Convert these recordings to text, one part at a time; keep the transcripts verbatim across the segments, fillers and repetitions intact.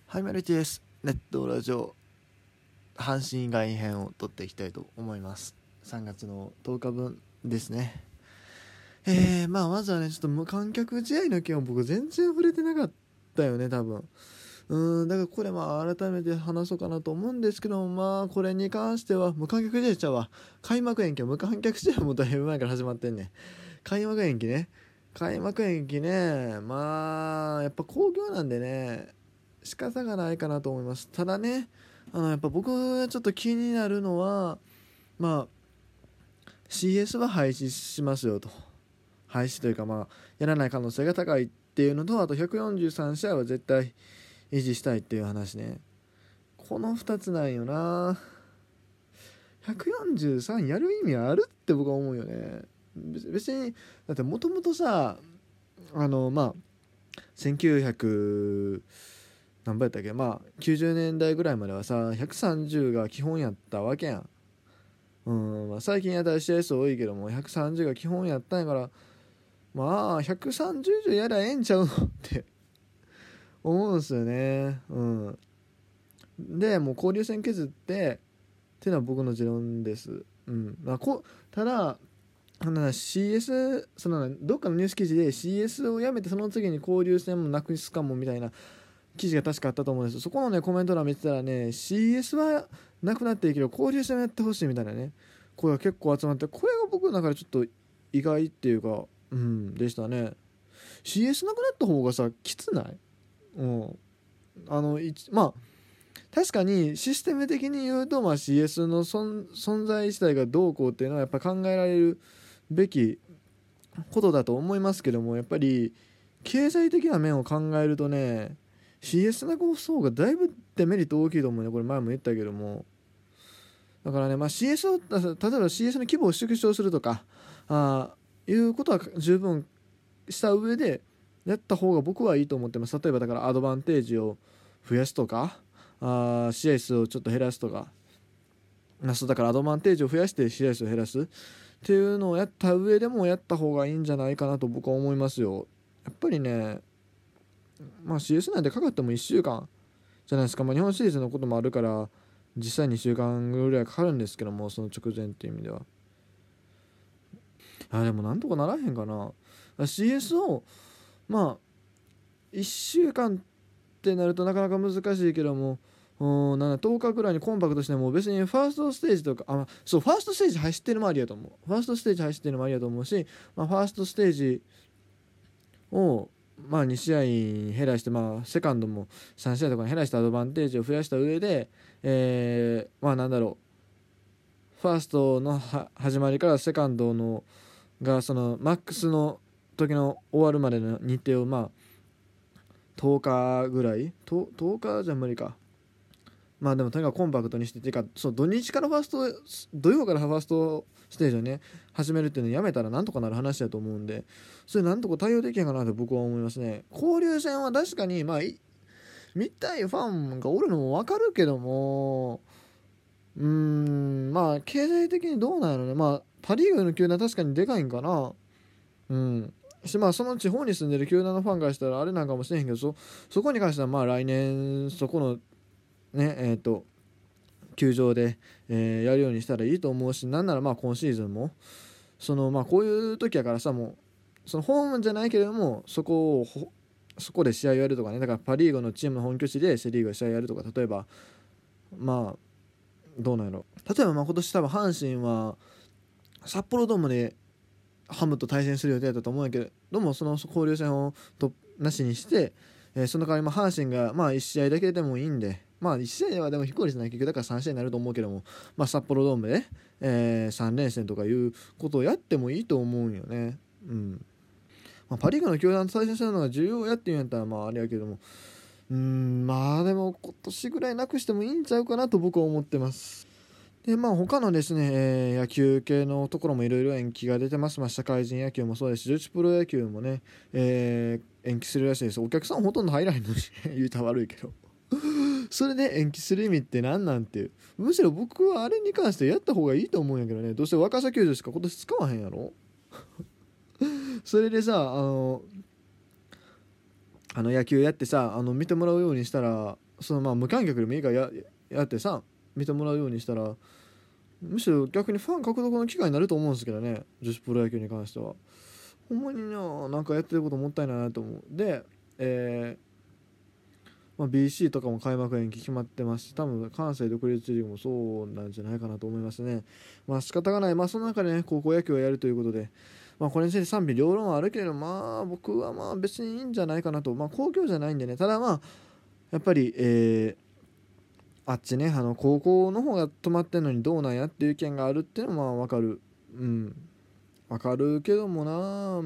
はい、マルチです。ネットラジオ阪神外編を撮っていきたいと思います。さんがつのとおかぶんですね。えー、まあまずはね、ちょっと無観客試合の件を僕全然触れてなかったよね、多分。うーん、だからこれまあ改めて話そうかなと思うんですけども、まあこれに関しては無観客試合ちゃうわ。開幕延期は無観客試合もだいぶ前から始まってんね。開幕延期ね。開幕延期ね。まあやっぱ興行なんでね、仕方がないかなと思います。ただね、あのやっぱ僕がちょっと気になるのは、まあ シーエス は廃止しますよと。廃止というか、まあやらない可能性が高いっていうのと、あとひゃくよんじゅうさんしあいは絶対維持したいっていう話ね。このふたつなんよな。ひゃくよんじゅうさんやる意味あるって僕は思うよね。別にだってもともとさ、あのまあせんきゅうひゃく何倍やったっけ、まあきゅうじゅうねんだいぐらいまではさひゃくさんじゅうが基本やったわけやん。うん、まあ、最近やったら試合数多いけどもひゃくさんじゅうが基本やったんやから、まあひゃくさんじゅう以上やらええんちゃうのって思うんすよね。うん。でもう交流戦削ってっていうのは僕の持論です。うん。まあ、こただあの シーエス そのどっかのニュース記事で シーエス をやめてその次に交流戦もなくすかもみたいな記事が確かあったと思うんです。そこのねコメント欄見てたらね シーエス はなくなっていいけど交流戦をやってほしいみたいなね声が結構集まって、これが僕の中でちょっと意外っていうかうんでしたね。 シーエス なくなった方がさきつない？うんあのまあ確かにシステム的に言うと、まあ、シーエス の存存在自体がどうこうっていうのはやっぱ考えられるべきことだと思いますけども、やっぱり経済的な面を考えるとね シーエス なくす方がだいぶデメリット大きいと思うね。これ前も言ったけども、だからね、まあ、シーエス を例えば シーエス の規模を縮小するとかあいうことは十分した上でやった方が僕はいいと思ってます。例えばだからアドバンテージを増やすとかあ試合数をちょっと減らすとか、そうだからアドバンテージを増やして試合数を減らすっていうのをやった上でもやった方がいいんじゃないかなと僕は思いますよ。やっぱりね、まあ シーエス なんてかかってもいっしゅうかんじゃないですか。まあ、日本シリーズのこともあるから実際にしゅうかんぐらいかかるんですけども、その直前っていう意味ではあでもなんとかならへんかな。 シーエス をまあいっしゅうかんってなるとなかなか難しいけども、うんなんだとおかぐらいにコンパクトしても別にファーストステージとかあそうファーストステージ走ってるのもありやと思う。ファーストステージ走ってるのもありやと思うし、まあ、ファーストステージをまあに試合減らして、まあセカンドもさん試合とかに減らしたアドバンテージを増やした上で、えー、まあなんだろうファーストのは始まりからセカンドのがそのマックスの時の終わるまでの日程をまあとおかぐらいととおかじゃ無理か。まあでもとにかくコンパクトにしててか、そう土日からファースト土曜からファーストステージをね始めるっていうのやめたらなんとかなる話だと思うんで、それなんとか対応できへんかなと僕は思いますね。交流戦は確かにまあ見たいファンがおるのも分かるけども、うーんまあ経済的にどうなのね。まあパ・リーグの球団確かにでかいんかな。うんしまあその地方に住んでる球団のファンからしたらあれなんかもしれへんけど、そそこに関してはまあ来年そこのねえっ、ー、と球場で、えー、やるようにしたらいいと思うし、なんならまあ今シーズンもそのまあこういう時やからさ、もうそのホームじゃないけれどもそこをそこで試合をやるとかね。だからパ・リーグのチームの本拠地でセ・リーグが試合をやるとか、例えばまあどうなんやろ、例えばまあ今年多分阪神は札幌ドームでハムと対戦する予定だったと思うんやけども、その交流戦をとなしにして、えー、その代わりまあ阪神がまあいち試合だけでもいいんで、まあいち試合はでも非効率な結局だからさん試合になると思うけども、まあ、札幌ドームで、えー、さん連戦とかいうことをやってもいいと思うんよね。うんまあ、パ・リーグの球団と対戦するのが重要やっていうんやったらまああれやけども、うーんまあでも今年ぐらいなくしてもいいんちゃうかなと僕は思ってます。でまあ他のですね、えー、野球系のところもいろいろ延期が出てます。まあ、社会人野球もそうですし女子プロ野球もね、えー、延期するらしいです。お客さんほとんど入らへんのに言うたら悪いけどそれで延期する意味って何なんていう。むしろ僕はあれに関してやった方がいいと思うんやけどね。どうせ若狭球場しか今年使わへんやろそれでさあのあの野球やってさあの見てもらうようにしたらそのまあ無観客でもいいからややってさ見てもらうようにしたらむしろ逆にファン獲得の機会になると思うんですけどね、女子プロ野球に関しては。ほんまにななんかやってることもったいないなと思う。で、えーまあ、ビーシー とかも開幕延期決まってますし、多分関西独立リーグもそうなんじゃないかなと思いますね。まあ仕方がない。まあその中でね高校野球をやるということで、まあこれについて賛否両論はあるけれど、まあ僕はまあ別にいいんじゃないかなと。まあ公共じゃないんでね。ただまあやっぱり、えーあっちねあの高校の方が止まってんのにどうなんやっていう意見があるっていうのはまあ分かる。うん分かるけどもな、うん、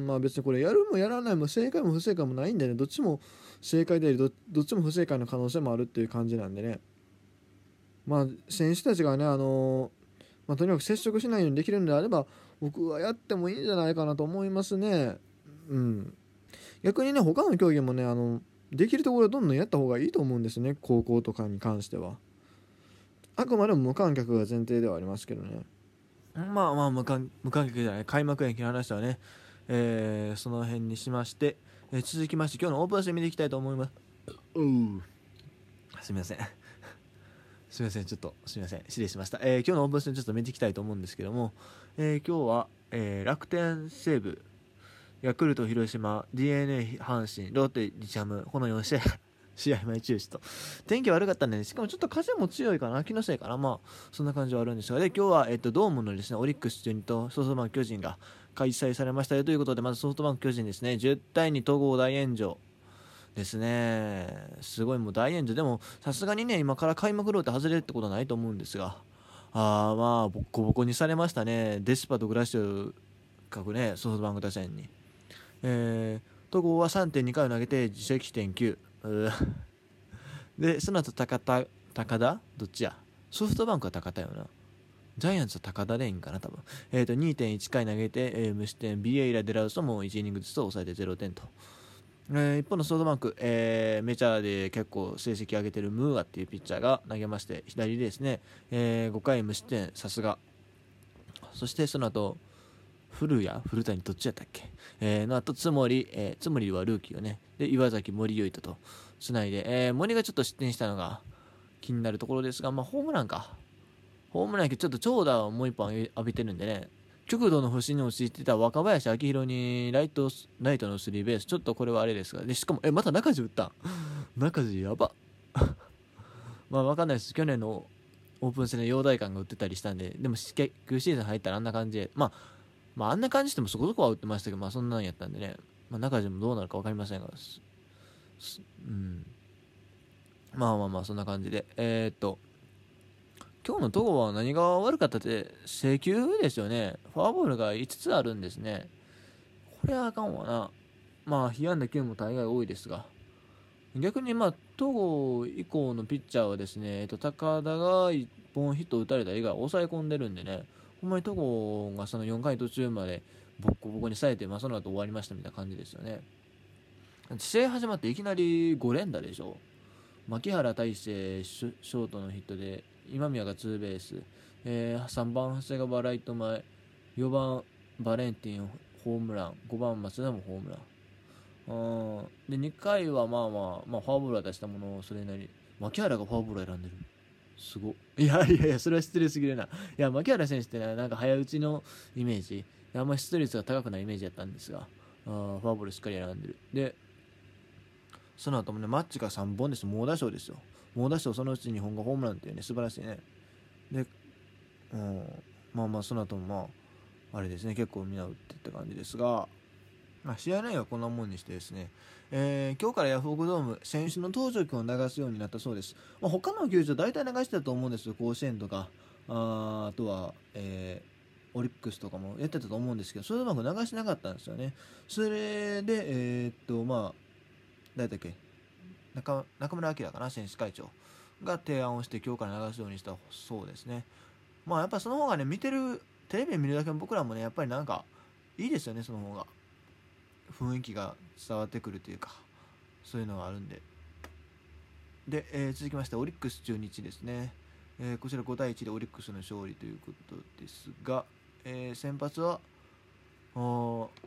まあ別にこれやるもやらないも正解も不正解もないんでね、どっちも正解であり ど, どっちも不正解の可能性もあるっていう感じなんでね。まあ選手たちがねあのまあ、とにかく接触しないようにできるんであれば僕はやってもいいんじゃないかなと思いますね。うん、逆にね他の競技もねあのできるところどんどんやった方がいいと思うんですね、高校とかに関しては。あくまでも無観客が前提ではありますけどね。まあまあ無観、無観客じゃない開幕延期の話はね、えー、その辺にしまして、えー、続きまして今日のオープン戦見ていきたいと思います。うすみませんすみませんちょっとすみません失礼しました。えー、今日のオープン戦ちょっと見ていきたいと思うんですけども、えー、今日は、えー、楽天西武ヤクルト広島 ディーエヌエー 阪神ロッテ日ハムこのよん試合試合前中止と天気悪かったんで、ね、しかもちょっと風も強いかな気のせいかな、まあそんな感じはあるんですが、で今日は、えっと、ドームのですねオリックス中日とソフトバンク巨人が開催されましたよということで、まずソフトバンク巨人ですねじゅうたいに戸郷大炎上ですね。すごいもう大炎上でもさすがにね今から開幕ローテ外れるってことはないと思うんですが、あまあボコボコにされましたね。デスパとグラッシュ各ねソフトバンク打線に、えー、戸郷は さんてんに 回を投げて自責点きゅうでその後高田高田どっちやソフトバンクは高田よな、ジャイアンツは高田でいいんかな多分、えー、と にてんいち 回投げて、えー、無失点ビエイラデラウスともいちイニングずつ抑えてゼロてんと、えー、一方のソフトバンク、えー、メジャーで結構成績上げてるムーアっていうピッチャーが投げまして、左でですね、えー、ごかい無失点さすが。そしてその後古谷古谷どっちやったっけ、えー、の後津森、えー、津森はルーキーをねで岩崎森唯斗とつないで、えー、森がちょっと失点したのが気になるところですが、まあホームランかホームランやけどちょっと長打をもう一本浴びてるんでね、極度の不振に陥ってた若林明宏にライトライトのスリーベース、ちょっとこれはあれですが、でしかもえまた中地打ったん中地やばまあ分かんないです、去年のオープン戦で陽大館が打ってたりしたんで、でも結局シーズン入ったらあんな感じで、まあまああんな感じしてもそこそこは打ってましたけど、まあそんなんやったんでね、まあ、中地もどうなるか分かりませんが、うんまあまあまあそんな感じで、えー、っと今日の戸郷は何が悪かったって制球ですよね。フォアボールがいつつあるんですね。これはあかんわな。まあ被安打きゅうも大概多いですが、逆にまあ戸郷以降のピッチャーはですね、えっと、高田がいっぽんヒット打たれた以外抑え込んでるんでね、ほんまに戸郷がそのよんかい途中までボッコボコにされて、まあ、その後終わりましたみたいな感じですよね。試合始まっていきなりご連打でしょ。牧原大成ショートのヒットで今宮がツーベース、えー、さんばん長谷川ライト前、よばんバレンティンホームラン、ごばん松田もホームラン、あでにかいはまあまあ、まあ、フォアボールは出したものをそれなり牧原がフォアボールを選んでる、すごいやいやいやそれは失礼すぎるな。いや牧原選手ってねなんか早打ちのイメージ、あんまり出塁率が高くないイメージだったんですが、あフォアボールしっかり選んでる。でその後もねマッチがさんぼんです。猛打賞ですよ。猛打賞そのうちにほんがホームランっていうね素晴らしいね。で、うん、まあまあその後もまああれですね結構みんな打ってって感じですが、まあ、試合内容はこんなもんにしてですね、えー、今日からヤフオクドーム選手の登場曲を流すようになったそうです。まあ、他の球場大体流してたと思うんですよ。甲子園とか あ, あとは、えー、オリックスとかもやってたと思うんですけど、それうまく流してなかったんですよね。それでえー、っとまあ誰だっけ 中, 中村晃かな選手会長が提案をして今日から流すようにしたそうですね。まあやっぱその方がね見てるテレビで見るだけの僕らもねやっぱりなんかいいですよね。その方が雰囲気が伝わってくるというかそういうのがあるんで。で、えー、続きましてオリックス中日ですね、えー、こちらごたいいちでオリックスの勝利ということですが、えー、先発は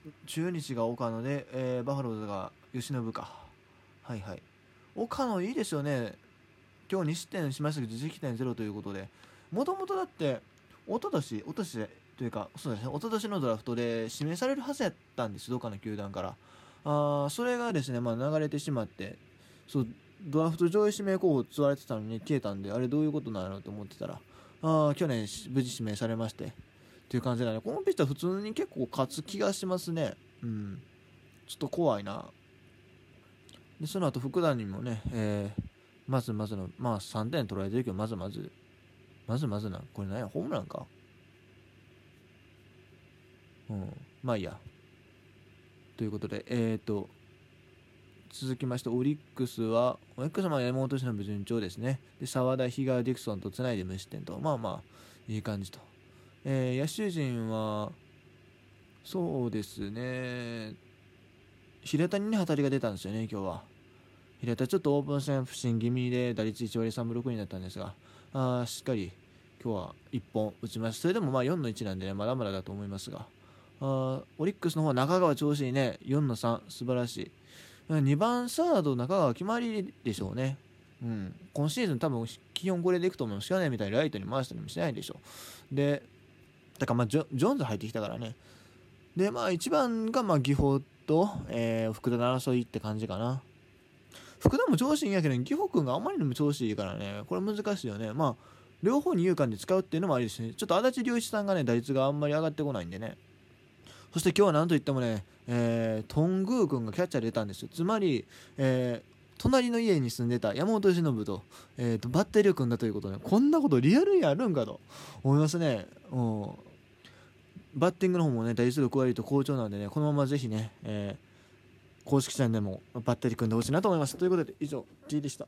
中日が岡野で、えー、バファローズが由伸か。はいはい。岡野いいですよね。今日に失点しましたけど自責点ゼロということで、もともとだって一昨年一昨年というかそうですね、一昨年のドラフトで指名されるはずやったんです、どっかの球団から。あそれがですね、まあ、流れてしまって、そうドラフト上位指名候補つわれてたのに消えたんで、あれどういうことなのと思ってたら、あ去年無事指名されましてっていう感じなので、このピッチャー普通に結構勝つ気がしますね。うん、ちょっと怖いな。でその後福田にもね、えー、まずまずのまあさんてん取られてるけど、まずまずまずまずな、これ何や、ホームランか。うん、まあいいや。ということで、えーと、続きまして、オリックスは、オリックスは山本由伸順調ですね。で、澤田、比嘉、ディクソンとつないで無失点と、まあまあ、いい感じと。えー、野手陣は、そうですね、平田にね、当たりが出たんですよね、今日は。平田、ちょっとオープン戦不振気味で、打率いちわりさんぶろくになったんですが、あしっかり今日はいっぽん打ちました。それでもまあよんのいちなんで、ね、まだまだだと思いますが、あオリックスの方は中川調子いいね、よんのさん、素晴らしい。にばんサード、中川決まりでしょうね。うん、今シーズン多分基本これでいくと思う。しかないみたいにライトに回したりもしないでしょう。で、だからまあジョジョーンズ入ってきたからね。で、まあいちばんがまあ技法と、えー、福田の争いって感じかな。福田も調子いいんやけど、義保君があまりにも調子いいからね、これ難しいよね。まあ両方に有感で使うっていうのもありですね。ちょっと足立良一さんがね、打率があんまり上がってこないんでね。そして今日は何といってもね、えー、トングー君がキャッチャーで出たんですよ。つまり、えー、隣の家に住んでた山本由伸と、えー、とバッテリーを組んだということで、こんなことリアルにあるんかと思いますね。うん、バッティングの方もね、打率ろくわりと好調なんでね、このままぜひね、えー、公式戦でもバッテリー組んでほしいなと思います。ということで以上 T でした。